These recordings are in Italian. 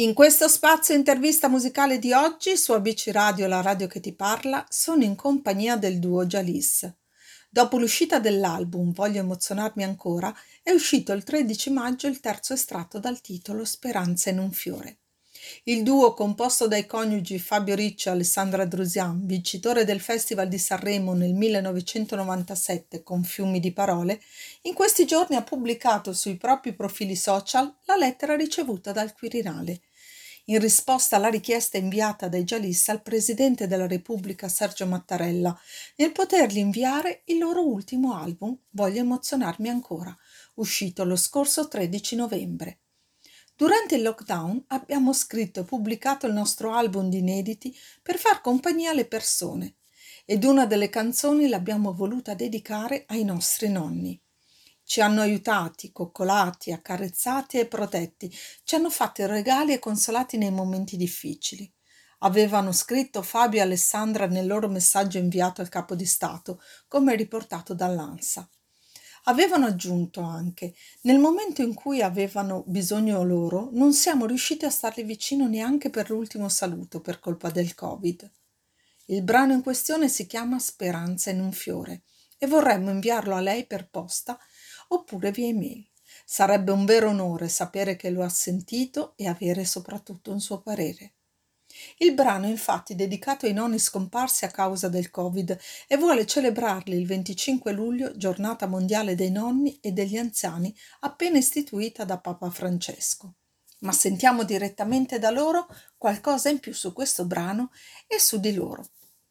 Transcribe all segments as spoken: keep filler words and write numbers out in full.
In questo spazio intervista musicale di oggi su A B C Radio, la radio che ti parla, sono in compagnia del duo Jalis. Dopo l'uscita dell'album Voglio emozionarmi ancora, è uscito il tredici maggio il terzo estratto dal titolo Speranza in un fiore. Il duo, composto dai coniugi Fabio Ricci e Alessandra Drusian, vincitore del Festival di Sanremo nel millenovecentonovantasette con Fiumi di parole, in questi giorni ha pubblicato sui propri profili social la lettera ricevuta dal Quirinale. In risposta alla richiesta inviata dai Jalis al Presidente della Repubblica Sergio Mattarella nel potergli inviare il loro ultimo album Voglio emozionarmi ancora, uscito lo scorso tredici novembre. Durante il lockdown abbiamo scritto e pubblicato il nostro album di inediti per far compagnia alle persone ed una delle canzoni l'abbiamo voluta dedicare ai nostri nonni. Ci hanno aiutati, coccolati, accarezzati e protetti, ci hanno fatto regali e consolati nei momenti difficili. Avevano scritto Fabio e Alessandra nel loro messaggio inviato al Capo di Stato, come riportato dall'ANSA. Avevano aggiunto anche: nel momento in cui avevano bisogno loro, non siamo riusciti a starli vicino neanche per l'ultimo saluto per colpa del Covid. Il brano in questione si chiama Speranza in un fiore e vorremmo inviarlo a lei per posta oppure via email. Sarebbe un vero onore sapere che lo ha sentito e avere soprattutto un suo parere. Il brano è infatti dedicato ai nonni scomparsi a causa del Covid e vuole celebrarli il venticinque luglio, giornata mondiale dei nonni e degli anziani appena istituita da Papa Francesco. Ma sentiamo direttamente da loro qualcosa in più su questo brano e su di loro.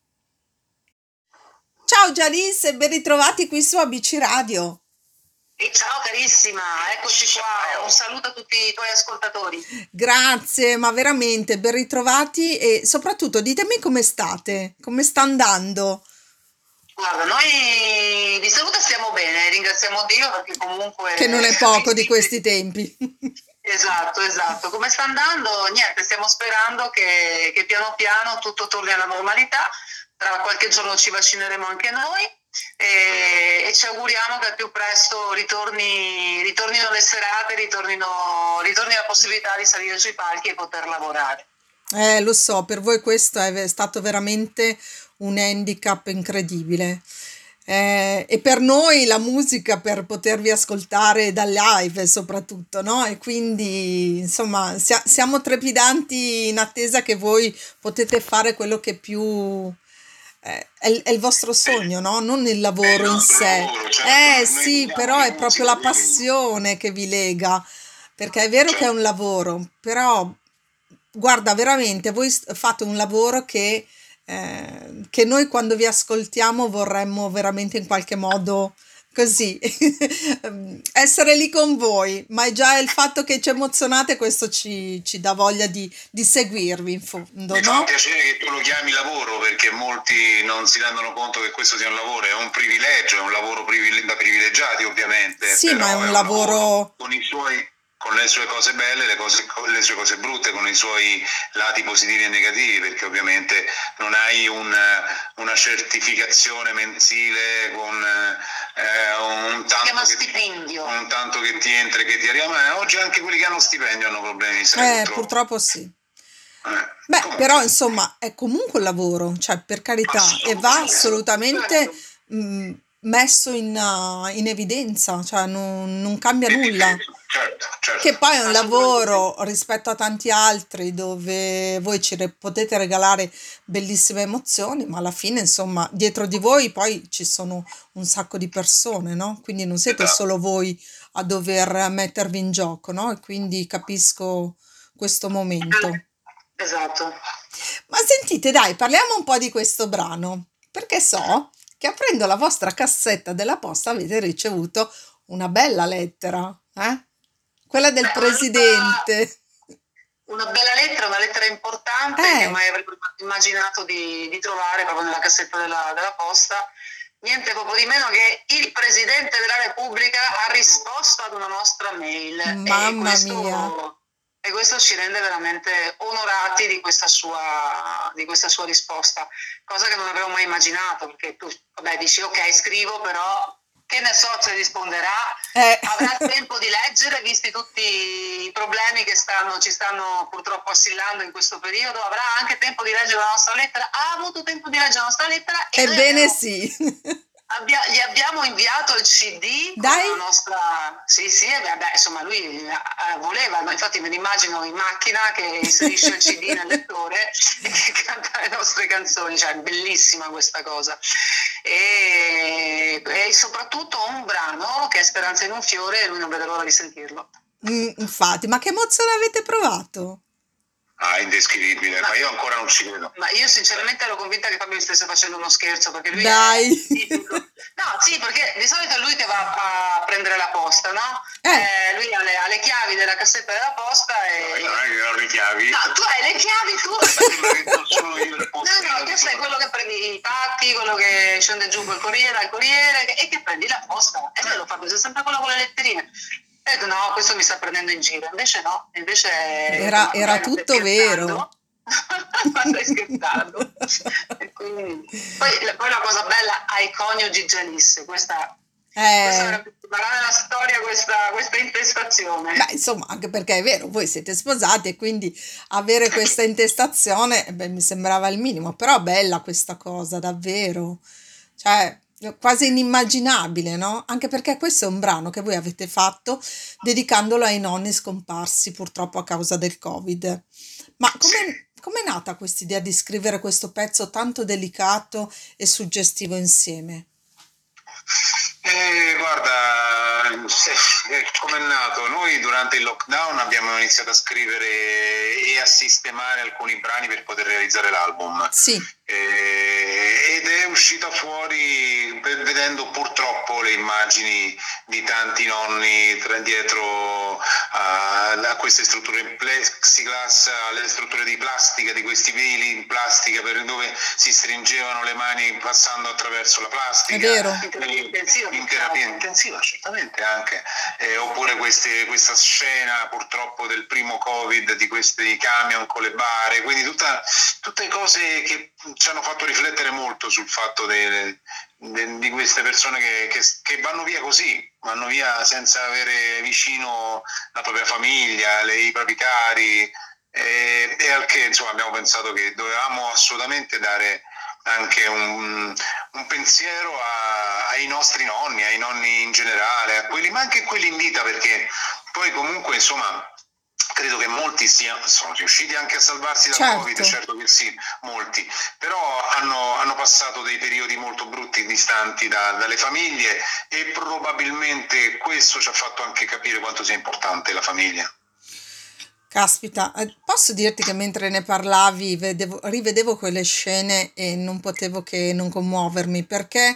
Ciao Jalis e ben ritrovati qui su A B C Radio. E ciao carissima, eccoci qua, un saluto a tutti i tuoi ascoltatori. Grazie, ma veramente ben ritrovati e soprattutto ditemi come state, come sta andando. Guarda, noi di salute stiamo bene, ringraziamo Dio perché comunque... Che non è poco di questi tempi. Esatto, esatto. Come sta andando? Niente, stiamo sperando che, che piano piano tutto torni alla normalità, tra qualche giorno ci vaccineremo anche noi. E, e ci auguriamo che al più presto ritorni, ritornino le serate, ritornino, ritorni la possibilità di salire sui palchi e poter lavorare. Eh, lo so, per voi questo è stato veramente un handicap incredibile. Eh, e per noi la musica per potervi ascoltare dal live soprattutto, no? E quindi insomma sia, siamo trepidanti in attesa che voi potete fare quello che più... È, è il vostro sogno, no? Non il lavoro in sé. Eh sì, però è proprio la passione che vi lega, perché è vero che è un lavoro, però guarda, veramente voi fate un lavoro che, eh, che noi quando vi ascoltiamo vorremmo veramente in qualche modo così essere lì con voi, ma è già il fatto che ci emozionate, questo ci, ci dà voglia di, di seguirvi in fondo. Mi no? fa piacere che tu lo chiami lavoro, perché molti non si rendono conto che questo sia un lavoro, è un privilegio, è un lavoro privile- da privilegiati ovviamente. Sì, ma è un è un lavoro... lavoro con i suoi, con le sue cose belle, le, cose, le sue cose brutte, con i suoi lati positivi e negativi, perché ovviamente non hai un, una certificazione mensile con eh, un, tanto che, stipendio. un tanto che ti entra e che ti arriva, ma oggi anche quelli che hanno stipendio hanno problemi. Sai, Eh, purtroppo. purtroppo sì. Eh, Beh, comunque. però insomma è comunque un lavoro, cioè per carità, e va assolutamente mh, messo in, uh, in evidenza, cioè non, non cambia nulla. Certo, certo. Che poi è un lavoro rispetto a tanti altri dove voi ci re- potete regalare bellissime emozioni, ma alla fine, insomma, dietro di voi poi ci sono un sacco di persone, no? Quindi non siete Esatto. solo voi a dover mettervi in gioco, no? E quindi capisco questo momento. Esatto. Ma sentite, dai, parliamo un po' di questo brano, perché so che aprendo la vostra cassetta della posta avete ricevuto una bella lettera, eh? Quella del Beh, presidente. Una bella lettera, una lettera importante Eh. che mai avrei immaginato di, di trovare proprio nella cassetta della, della posta. Niente proprio di meno che il Presidente della Repubblica ha risposto ad una nostra mail. Mamma e questo, mia. E questo ci rende veramente onorati di questa sua, di questa sua risposta, cosa che non avevo mai immaginato, perché tu vabbè, dici ok, scrivo, però che ne so se risponderà, Eh. avrà tempo di leggere, visti tutti i problemi che stanno, ci stanno purtroppo assillando in questo periodo, avrà anche tempo di leggere la nostra lettera, ha avuto tempo di leggere la nostra lettera e noi Ebbene abbiamo, sì. abbia- gli abbiamo inviato il C D con Dai. la nostra... Sì, sì, e beh, beh, insomma lui eh, voleva, no? Infatti me lo immagino in macchina che inserisce il C D nel lettore e che canta le nostre canzoni, cioè bellissima questa cosa. E, e soprattutto un brano che è Speranza in un fiore e lui non vede l'ora di sentirlo. Mm, infatti, ma che emozione avete provato? Ah, indescrivibile, Ma- ma io ancora non ci credo. Ma io sinceramente ero convinta che Fabio mi stesse facendo uno scherzo, perché lui Dai. è tipico. No, sì, perché di solito è lui che va a prendere la posta, no? Eh. Eh, lui ha le, ha le chiavi della cassetta della posta No, e... io non è che ho le chiavi. No, tu hai le chiavi, tu... Sembra che non sono io il posto. No, no, tu sei quello che prendi i pacchi, quello che scende giù col corriere, al corriere e che prendi la posta. E lui lo fa così, sempre quello con le letterine. E ho detto, no, questo mi sta prendendo in giro. Invece no, invece... Era, ma- era ma stai tutto vero. scherzando? Ma stai scherzando? E quindi... poi, la- poi la cosa bella, ai coniugi Gialisse, questa... Questa Eh, era particolare nella storia, questa, questa intestazione. beh, insomma, anche perché è vero, voi siete sposati e quindi avere questa intestazione, eh, beh, mi sembrava il minimo, però bella questa cosa, davvero. Cioè, quasi inimmaginabile, no? Anche perché questo è un brano che voi avete fatto dedicandolo ai nonni scomparsi purtroppo a causa del Covid. Ma come com'è nata questa idea di scrivere questo pezzo tanto delicato e suggestivo insieme? Eh, guarda, se- eh, come è nato? Noi durante il lockdown abbiamo iniziato a scrivere e a sistemare alcuni brani per poter realizzare l'album. Sì, Eh, ed è uscita fuori per- vedendo purtroppo le immagini di tanti nonni tra- dietro a, a queste strutture in plexiglass, alle strutture di plastica, di questi veli in plastica per dove si stringevano le mani passando attraverso la plastica. è vero. In terapia intensiva. In terapia intensiva, certamente anche. Eh, oppure queste- questa scena purtroppo del primo Covid di questi camion con le bare, quindi tutta, tutte cose che ci hanno fatto riflettere molto sul fatto de- de- di queste persone che, che- che vanno via così, vanno via senza avere vicino la propria famiglia, le- i propri cari. E, e al che insomma abbiamo pensato che dovevamo assolutamente dare anche un, un pensiero a- ai nostri nonni, ai nonni in generale, a quelli, ma anche a quelli in vita, perché poi comunque insomma credo che molti siano, sono riusciti anche a salvarsi dal Certo. Covid, certo che sì, molti, però hanno, hanno passato dei periodi molto brutti, distanti da- dalle famiglie e probabilmente questo ci ha fatto anche capire quanto sia importante la famiglia. Caspita, eh, posso dirti che mentre ne parlavi vedevo- rivedevo quelle scene e non potevo che non commuovermi perché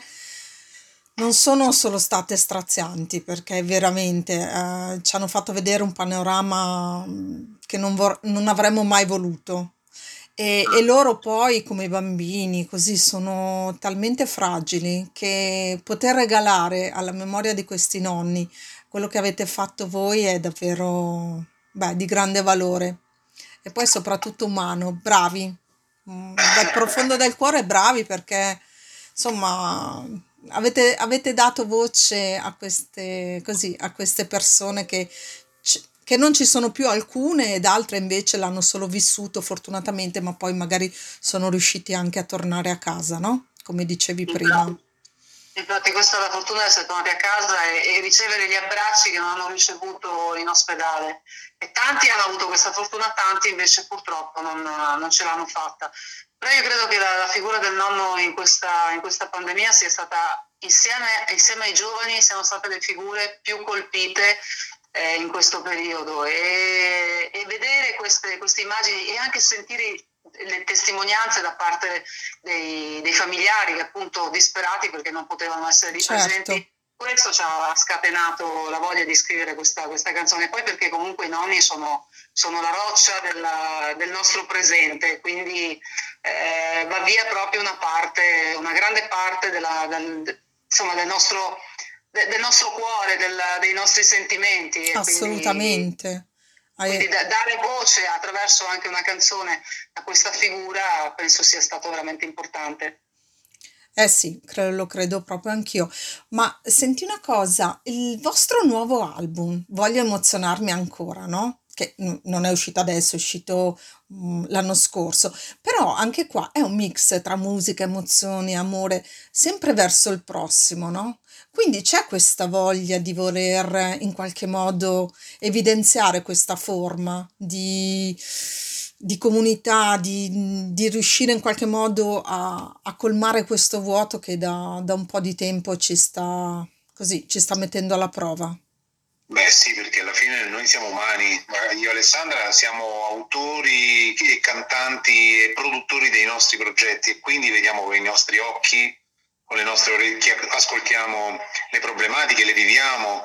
non sono solo state strazianti, perché veramente eh, ci hanno fatto vedere un panorama mm, che non, vor- non avremmo mai voluto. E, e loro poi, come i bambini, così sono talmente fragili che poter regalare alla memoria di questi nonni quello che avete fatto voi è davvero, beh, di grande valore. E poi soprattutto umano, bravi, Mm, dal profondo del cuore bravi perché insomma avete, avete dato voce a queste, così, a queste persone che, ci- che non ci sono più alcune ed altre invece l'hanno solo vissuto fortunatamente, ma poi magari sono riusciti anche a tornare a casa, no? Come dicevi prima. Infatti, infatti questa è la fortuna di essere tornati a casa e, e ricevere gli abbracci che non hanno ricevuto in ospedale. E tanti hanno avuto questa fortuna, tanti invece purtroppo non, non ce l'hanno fatta. Però io credo che la, la figura del nonno in questa, in questa pandemia sia stata, insieme, insieme ai giovani, siano state le figure più colpite eh, in questo periodo. E, e vedere queste, queste immagini e anche sentire le testimonianze da parte dei, dei familiari che appunto disperati perché non potevano essere lì Certo. presenti, questo ci ha scatenato la voglia di scrivere questa, questa canzone. Poi perché comunque i nonni sono, sono la roccia della, del nostro presente, quindi eh, va via proprio una parte, una grande parte della, del, insomma, del nostro, de, del nostro cuore, del, dei nostri sentimenti. E quindi, Assolutamente. quindi Hai- da- dare voce attraverso anche una canzone a questa figura penso sia stato veramente importante. Eh sì, cre- lo credo proprio anch'io. Ma senti una cosa, il vostro nuovo album, Voglio emozionarmi ancora, no? Che mm, non è uscito adesso, è uscito mm, l'anno scorso, però anche qua è un mix tra musica, emozioni, amore, sempre verso il prossimo, no? Quindi c'è questa voglia di voler eh, in qualche modo evidenziare questa forma di, di comunità, di, di riuscire in qualche modo a, a colmare questo vuoto che da, da un po' di tempo ci sta, così, ci sta mettendo alla prova. Beh sì, perché alla fine noi siamo umani, ma io e Alessandra siamo autori e cantanti e produttori dei nostri progetti e quindi vediamo con i nostri occhi, con le nostre orecchie, ascoltiamo le problematiche, le viviamo,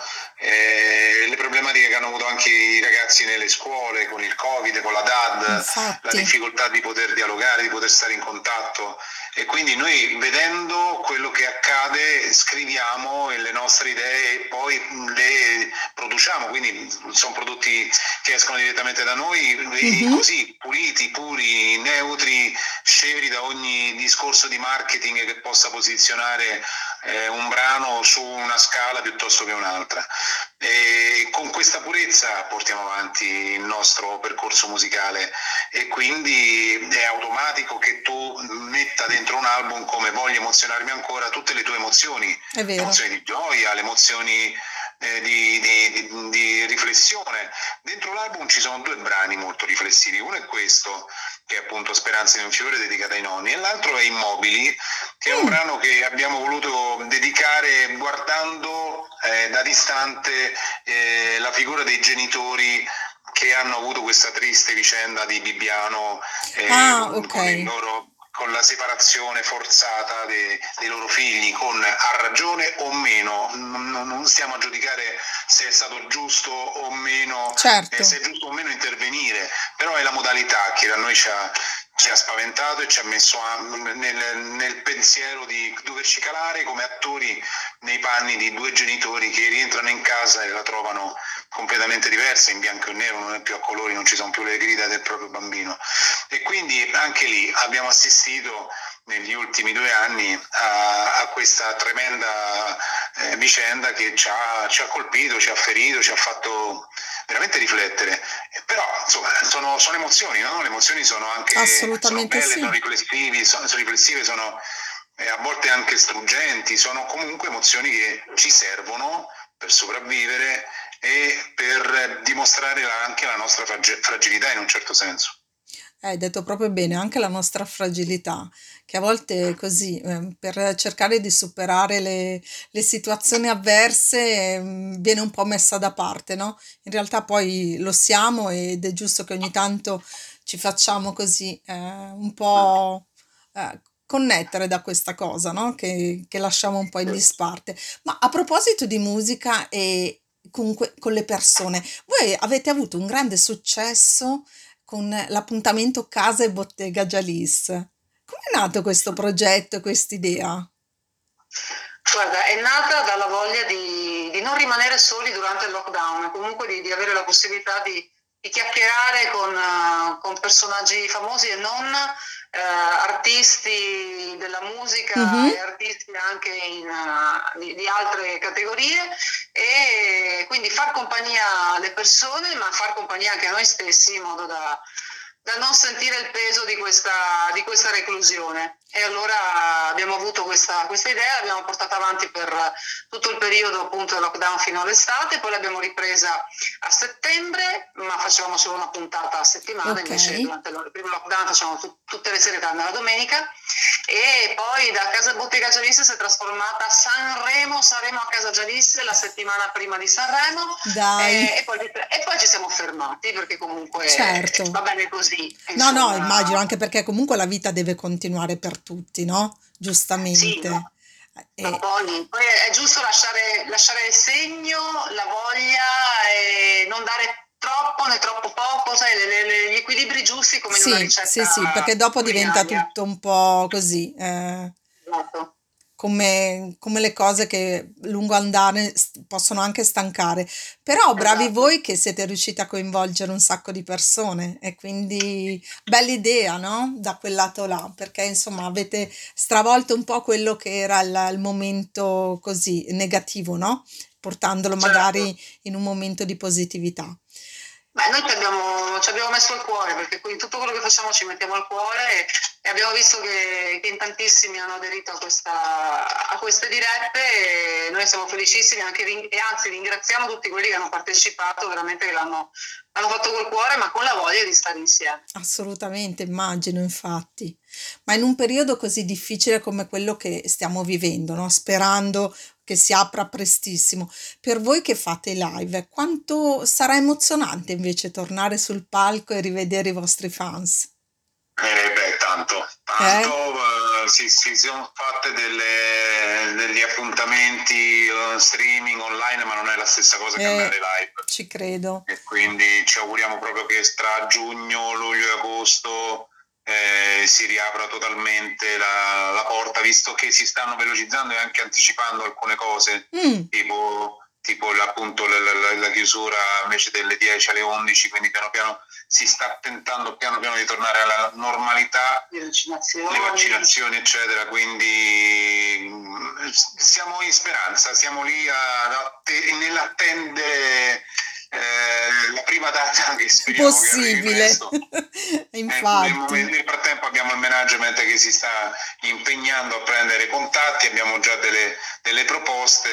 eh, le problematiche che hanno avuto anche i ragazzi nelle scuole, con il Covid, con la D A D, la Infatti, difficoltà di poter dialogare, di poter stare in contatto. E quindi noi vedendo quello che accade scriviamo le nostre idee e poi le produciamo, quindi sono prodotti che escono direttamente da noi e mhm, così puliti, puri, neutri, scevri da ogni discorso di marketing che possa posizionare eh, un brano su una scala piuttosto che un'altra. E con questa purezza portiamo avanti il nostro percorso musicale e quindi è automatico che tu metta dentro un album come voglio emozionarmi ancora tutte le tue emozioni, è le vero. emozioni di gioia, le emozioni eh, di, di, di, di riflessione. Dentro l'album ci sono due brani molto riflessivi, uno è questo che è appunto Speranze di un fiore dedicato ai nonni e l'altro è Immobili che è un Mm, brano che abbiamo voluto dedicare guardando eh, da distante eh, la figura dei genitori che hanno avuto questa triste vicenda di Bibbiano eh, ah, ok, con il loro con la separazione forzata de, dei loro figli, con ha ragione o meno, non, non stiamo a giudicare se è stato giusto o meno, eh, se certo. è giusto o meno intervenire, però è la modalità che a noi ci ha, ci ha spaventato e ci ha messo a, nel, nel pensiero di doverci calare come attori nei panni di due genitori che rientrano in casa e la trovano completamente diversa, in bianco e nero, non è più a colori, non ci sono più le grida del proprio bambino. E quindi anche lì abbiamo assistito negli ultimi due anni a, a questa tremenda eh, vicenda che ci ha, ci ha colpito, ci ha ferito, ci ha fatto veramente riflettere. Però insomma sono, sono emozioni, no? Le emozioni sono anche sono Assolutamente belle, sono sì. riflessive, sono, sono riflessive, sono eh, a volte anche struggenti, sono comunque emozioni che ci servono per sopravvivere e per dimostrare la- anche la nostra frag- fragilità in un certo senso. Hai detto proprio bene, anche la nostra fragilità, che a volte così, eh, per cercare di superare le, le situazioni avverse, ehm, viene un po' messa da parte, no? In realtà poi lo siamo ed è giusto che ogni tanto ci facciamo così, eh, un po', eh, connettere da questa cosa, no? Che, che lasciamo un po' in disparte. Ma a proposito di musica e comunque con le persone, voi avete avuto un grande successo con l'appuntamento Casa e Bottega Jalis. Come è nato questo progetto, quest'idea? Guarda, è nata dalla voglia di, di non rimanere soli durante il lockdown, comunque di, di avere la possibilità di, di chiacchierare con, eh, con personaggi famosi e non eh, artisti della musica e Mhm. artisti anche in, eh, di, di altre categorie e quindi far compagnia alle persone, ma far compagnia anche a noi stessi in modo da, da non sentire il peso di questa, di questa reclusione. E allora abbiamo avuto questa, questa idea, l'abbiamo portata avanti per tutto il periodo appunto del lockdown fino all'estate, poi l'abbiamo ripresa a settembre, ma facevamo solo una puntata a settimana, Ok. invece durante il primo lockdown facevamo tu- tutte le sere tranne la domenica e poi da Casa Bottega Gialisse si è trasformata a Sanremo, saremo a Casa Gialisse la settimana prima di Sanremo Dai, eh, e, poi, e poi ci siamo fermati perché comunque va certo. bene così, No, no, insomma. immagino, anche perché comunque la vita deve continuare per tutti, no? Sì, no, Giustamente. ma E, poi, poi è giusto lasciare, lasciare il segno, la voglia e non dare troppo né troppo poco, sai, le- le- le- gli equilibri giusti come in una sì, sì, sì, ricetta perché dopo diventa culinaria. tutto un po' così. eh, Esatto. come, come le cose che lungo andare st- possono anche stancare. Però bravi Esatto. voi che siete riusciti a coinvolgere un sacco di persone e quindi bella idea, no? Da quel lato là, perché insomma avete stravolto un po' quello che era il, il momento così negativo, no? Portandolo Certo. magari in un momento di positività. Beh, noi ci abbiamo, ci abbiamo messo il cuore perché in tutto quello che facciamo ci mettiamo il cuore e, e abbiamo visto che, che in tantissimi hanno aderito a, questa, a queste dirette e noi siamo felicissimi anche, rin- e anzi ringraziamo tutti quelli che hanno partecipato, veramente che l'hanno, l'hanno fatto col cuore ma con la voglia di stare insieme. Assolutamente, immagino, infatti. Ma in un periodo così difficile come quello che stiamo vivendo, no? Sperando che si apra prestissimo, per voi che fate i live, quanto sarà emozionante invece tornare sul palco e rivedere i vostri fans? Eh, beh, tanto, Eh? tanto, eh, si, si sono fatte delle- degli appuntamenti eh, streaming online, ma non è la stessa cosa che andare Eh, live. ci credo. E quindi ci auguriamo proprio che tra giugno, luglio e agosto eh, si riapra totalmente la, la porta, visto che si stanno velocizzando e anche anticipando alcune cose, Mm, tipo, tipo l- appunto la, la- la chiusura invece delle dieci alle undici, quindi piano piano si sta tentando piano piano di tornare alla normalità, Le le vaccinazioni. vaccinazioni eccetera, quindi mm, siamo in speranza, siamo lì a- atte- nell'attendere eh, la prima data che speriamo che arrivi possibile. presto. Eh, nel, momen- Infatti. nel frattempo abbiamo il management che si sta impegnando a prendere contatti, abbiamo già delle, delle proposte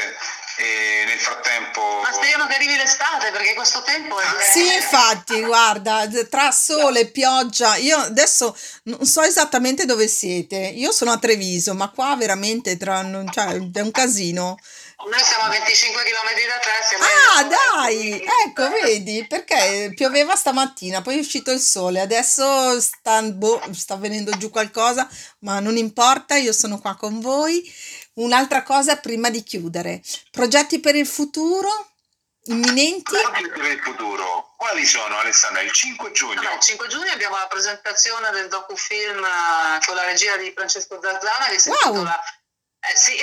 e nel frattempo Ma speriamo che arrivi l'estate perché questo tempo è... Sì, infatti, guarda, d- tra sole e pioggia, io adesso non so esattamente dove siete. Io sono a Treviso, ma qua veramente tra, non- cioè, è un casino. Noi siamo a venticinque chilometri da te, siamo nel Ah, Sorrento, dai, quindi ecco, vedi, perché pioveva stamattina, poi è uscito il sole, adesso sta, boh, sta venendo giù qualcosa, ma non importa, io sono qua con voi. Un'altra cosa prima di chiudere, progetti per il futuro imminenti? anche per il futuro. Quali sono, Alessandra? Il cinque giugno. Vabbè, il cinque giugno abbiamo la presentazione del docufilm eh, con la regia di Francesco Zazzana che si Wow, intitola eh, sì,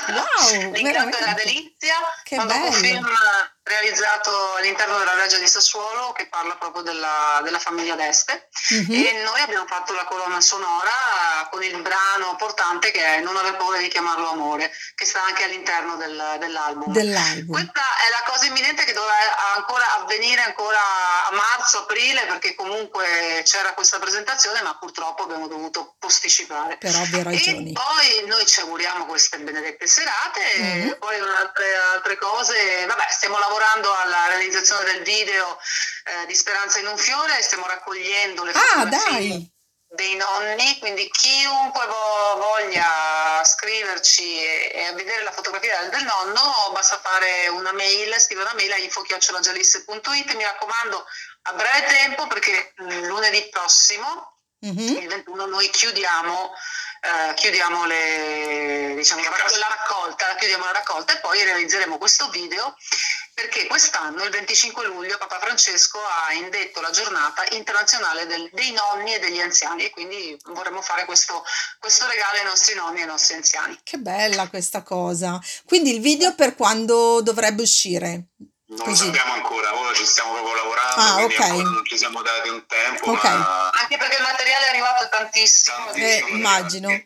wow, L'incanto della veramente, delizia, che un docufilm bello. realizzato all'interno della Reggia di Sassuolo che parla proprio della, della famiglia d'Este Mhm. e noi abbiamo fatto la colonna sonora con il brano portante che è Non aver paura di chiamarlo amore, che sta anche all'interno del- dell'album. Dell'album. Questa è la cosa imminente che dovrà ancora avvenire ancora a marzo, aprile, perché comunque c'era questa presentazione, ma purtroppo abbiamo dovuto posticipare. Per ovvie E ragioni. poi noi ci auguriamo queste benedette serate, Mm. e poi altre, altre cose, vabbè, stiamo lavorando alla realizzazione del video eh, di Speranza in un fiore, stiamo raccogliendo le Ah, fotografie dai. dei nonni, quindi chiunque vo- voglia scriverci e, e vedere la fotografia del, del nonno, basta fare una mail, scrivere una mail a info chiocciola giallisse punto it, mi raccomando a breve tempo perché mm, lunedì prossimo, Mhm. il ventuno, noi chiudiamo, eh, chiudiamo le, diciamo, la, la raccolta, la chiudiamo la raccolta e poi realizzeremo questo video perché quest'anno, il venticinque luglio, Papa Francesco ha indetto la giornata internazionale del- dei nonni e degli anziani e quindi vorremmo fare questo, questo regalo ai nostri nonni e ai nostri anziani. Che bella questa cosa. Quindi il video per quando dovrebbe uscire? Non lo Così. sappiamo ancora, ora ci stiamo proprio lavorando, Ah, quindi ok. ancora non ci siamo dati un tempo, Ok. ma Anche perché il materiale è arrivato tantissimo. Eh, tantissimo materiale. immagino.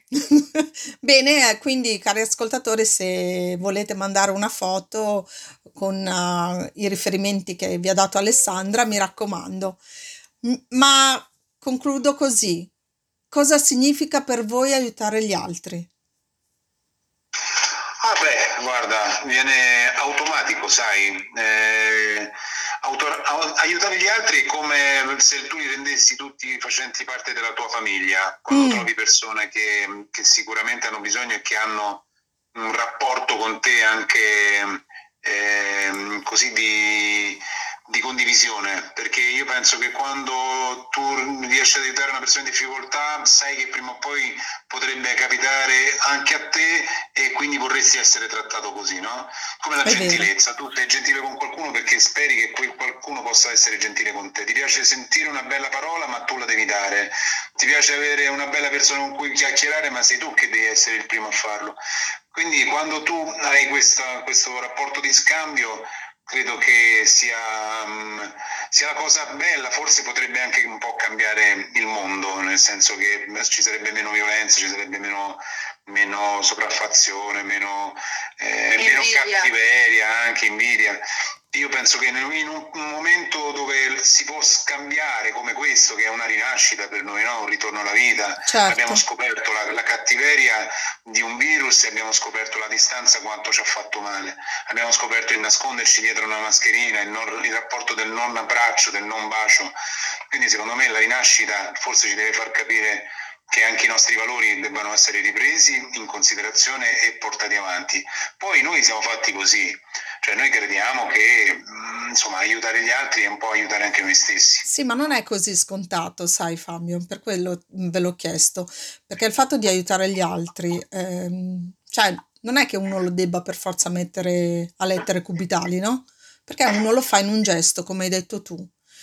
Bene, eh, quindi cari ascoltatori, se volete mandare una foto con eh, i riferimenti che vi ha dato Alessandra, mi raccomando. M- ma concludo così. Cosa significa per voi aiutare gli altri? Ah beh, guarda, viene automatico, sai, eh, auto- au- aiutare gli altri è come se tu li rendessi tutti facenti parte della tua famiglia, quando Mm, trovi persone che, che sicuramente hanno bisogno e che hanno un rapporto con te anche ehm, così di, di condivisione, perché io penso che quando tu riesci ad aiutare una persona in difficoltà, sai che prima o poi potrebbe capitare anche a te e quindi vorresti essere trattato così, no? Come la è vero. gentilezza, tu sei gentile con qualcuno perché speri che quel qualcuno possa essere gentile con te, ti piace sentire una bella parola ma tu la devi dare, ti piace avere una bella persona con cui chiacchierare ma sei tu che devi essere il primo a farlo. Quindi quando tu hai questa, questo rapporto di scambio, credo che sia, um, sia la cosa bella, forse potrebbe anche un po' cambiare il mondo, nel senso che ci sarebbe meno violenza, ci sarebbe meno, meno sopraffazione, meno, eh, meno cattiveria, anche invidia. Io penso che in un momento dove si può scambiare come questo, che è una rinascita per noi, no? Un ritorno alla vita, Certo. Abbiamo scoperto la, la cattiveria di un virus e abbiamo scoperto la distanza quanto ci ha fatto male. Abbiamo scoperto il nasconderci dietro una mascherina, il, non, il rapporto del non abbraccio, del non bacio. Quindi secondo me la rinascita forse ci deve far capire che anche i nostri valori debbano essere ripresi in considerazione e portati avanti. Poi noi siamo fatti così, cioè noi crediamo che insomma aiutare gli altri è un po' aiutare anche noi stessi. Sì, ma non è così scontato, sai Fabio, per quello ve l'ho chiesto, perché il fatto di aiutare gli altri, ehm, cioè non è che uno lo debba per forza mettere a lettere cubitali, no? Perché uno lo fa in un gesto, come hai detto tu.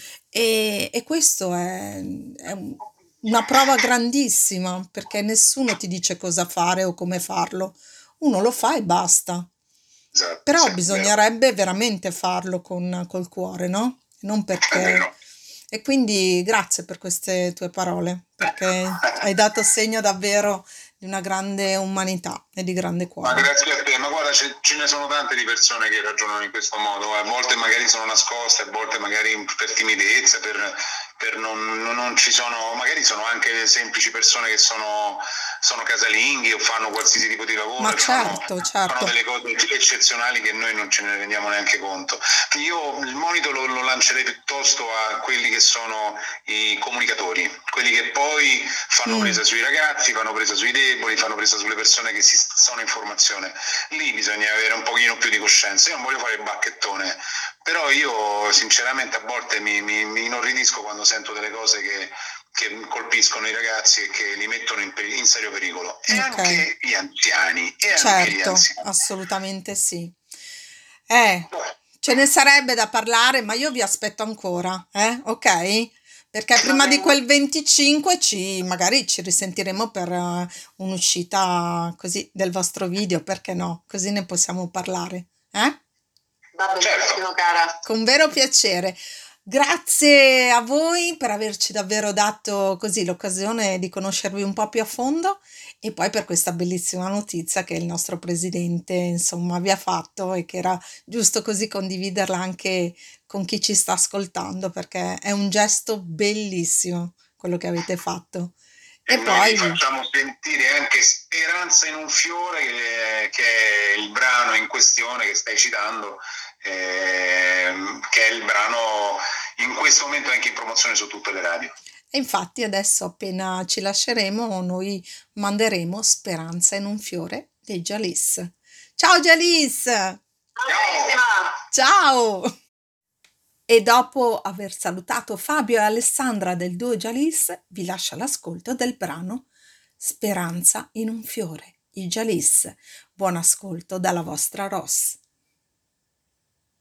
E, e questo è, è un- una prova grandissima, perché nessuno ti dice cosa fare o come farlo. Uno lo fa e basta. Esatto, Però sì, bisognerebbe veramente farlo con, col cuore, no? Non perché... E quindi grazie per queste tue parole, perché hai dato segno davvero di una grande umanità e di grande Ma cuore. grazie a te, ma guarda, ce, ce ne sono tante di persone che ragionano in questo modo, a volte magari sono nascoste, a volte magari per timidezza, per, per non, non, non ci sono, magari sono anche semplici persone che sono, sono casalinghi o fanno qualsiasi tipo di lavoro, Ma e fanno, certo, fanno certo. delle cose eccezionali che noi non ce ne rendiamo neanche conto. Io il monito lo, lo lancerei piuttosto a quelli che sono i comunicatori, quelli che poi fanno Mm, presa sui ragazzi, fanno presa sui deboli, fanno presa sulle persone che si sono in formazione. Lì bisogna avere un pochino più di coscienza. Io non voglio fare il bacchettone, però io sinceramente a volte mi, mi, mi inorridisco quando sento delle cose che, che colpiscono i ragazzi e che li mettono in, peri- in serio pericolo. E ok, anche gli anziani, e anche gli certo, anziani. assolutamente sì. Eh, Beh, ce ne sarebbe da parlare, ma io vi aspetto ancora, eh? Ok? Perché va prima di bene. quel venticinque ci, magari ci risentiremo per eh, un'uscita così del vostro video, perché no? Così ne possiamo parlare, eh? Va benissimo, Certo. cara. Con vero piacere. Grazie a voi per averci davvero dato così l'occasione di conoscervi un po' più a fondo e poi per questa bellissima notizia che il nostro presidente, insomma, vi ha fatto e che era giusto così condividerla anche con chi ci sta ascoltando, perché è un gesto bellissimo quello che avete fatto. E E noi vi poi, facciamo sentire anche Speranza in un fiore, che, che è il brano in questione che stai citando, ehm, che è il brano in questo momento anche in promozione su tutte le radio. e infatti adesso appena ci lasceremo, noi manderemo Speranza in un fiore dei Jalis. Ciao Jalis! Bellissima. Ciao! E dopo aver salutato Fabio e Alessandra del duo Jalis, vi lascio l'ascolto del brano Speranza in un fiore, i Jalis. Buon ascolto dalla vostra Ross.